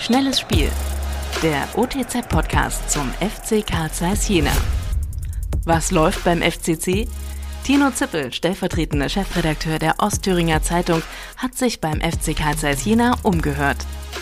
Schnelles Spiel, der OTZ-Podcast zum FC Carl Zeiss Jena. Was läuft beim FCC? Tino Zippel, stellvertretender Chefredakteur der Ostthüringer Zeitung, hat sich beim FC Carl Zeiss Jena umgehört.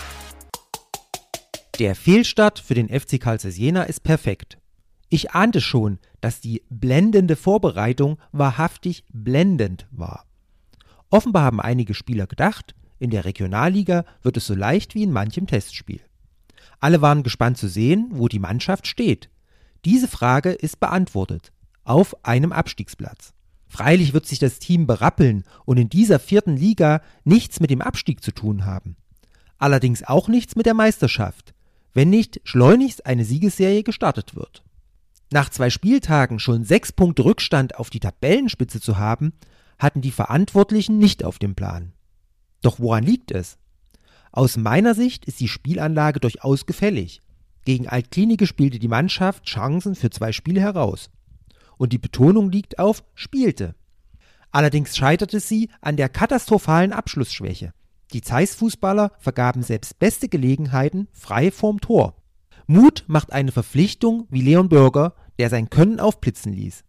Der Fehlstart für den FC Carl Zeiss Jena ist perfekt. Ich ahnte schon, dass die blendende Vorbereitung wahrhaftig blendend war. Offenbar haben einige Spieler gedacht, in der Regionalliga wird es so leicht wie in manchem Testspiel. Alle waren gespannt zu sehen, wo die Mannschaft steht. Diese Frage ist beantwortet. Auf einem Abstiegsplatz. Freilich wird sich das Team berappeln und in dieser 4. Liga nichts mit dem Abstieg zu tun haben. Allerdings auch nichts mit der Meisterschaft, wenn nicht schleunigst eine Siegesserie gestartet wird. Nach 2 Spieltagen schon 6 Punkte Rückstand auf die Tabellenspitze zu haben, hatten die Verantwortlichen nicht auf dem Plan. Doch woran liegt es? Aus meiner Sicht ist die Spielanlage durchaus gefällig. Gegen Altklinike spielte die Mannschaft Chancen für 2 Spiele heraus. Und die Betonung liegt auf spielte. Allerdings scheiterte sie an der katastrophalen Abschlussschwäche. Die Zeiss-Fußballer vergaben selbst beste Gelegenheiten frei vorm Tor. Mut macht eine Verpflichtung wie Leon Bürger, der sein Können aufblitzen ließ.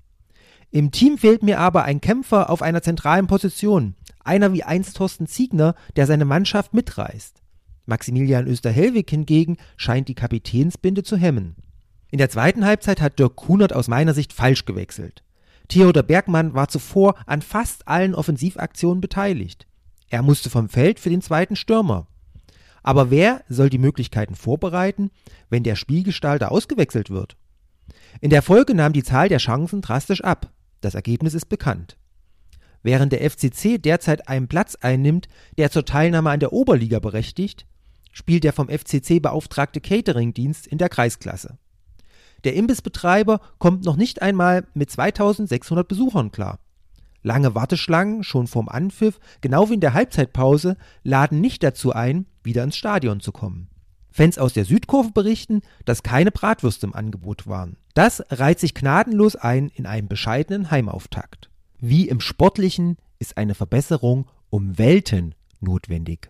Im Team fehlt mir aber ein Kämpfer auf einer zentralen Position. Einer wie einst Thorsten Ziegner, der seine Mannschaft mitreißt. Maximilian Oesterhellwig hingegen scheint die Kapitänsbinde zu hemmen. In der zweiten Halbzeit hat Dirk Kunert aus meiner Sicht falsch gewechselt. Theodor Bergmann war zuvor an fast allen Offensivaktionen beteiligt. Er musste vom Feld für den zweiten Stürmer. Aber wer soll die Möglichkeiten vorbereiten, wenn der Spielgestalter ausgewechselt wird? In der Folge nahm die Zahl der Chancen drastisch ab. Das Ergebnis ist bekannt. Während der FCC derzeit einen Platz einnimmt, der zur Teilnahme an der Oberliga berechtigt, spielt der vom FCC beauftragte Cateringdienst in der Kreisklasse. Der Imbissbetreiber kommt noch nicht einmal mit 2600 Besuchern klar. Lange Warteschlangen, schon vorm Anpfiff, genau wie in der Halbzeitpause, laden nicht dazu ein, wieder ins Stadion zu kommen. Fans aus der Südkurve berichten, dass keine Bratwürste im Angebot waren. Das reiht sich gnadenlos ein in einen bescheidenen Heimauftakt. Wie im Sportlichen ist eine Verbesserung um Welten notwendig.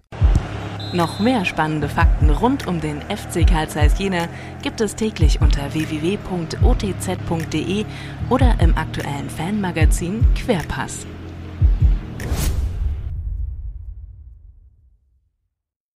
Noch mehr spannende Fakten rund um den FC Carl Zeiss Jena gibt es täglich unter www.otz.de oder im aktuellen Fanmagazin Querpass.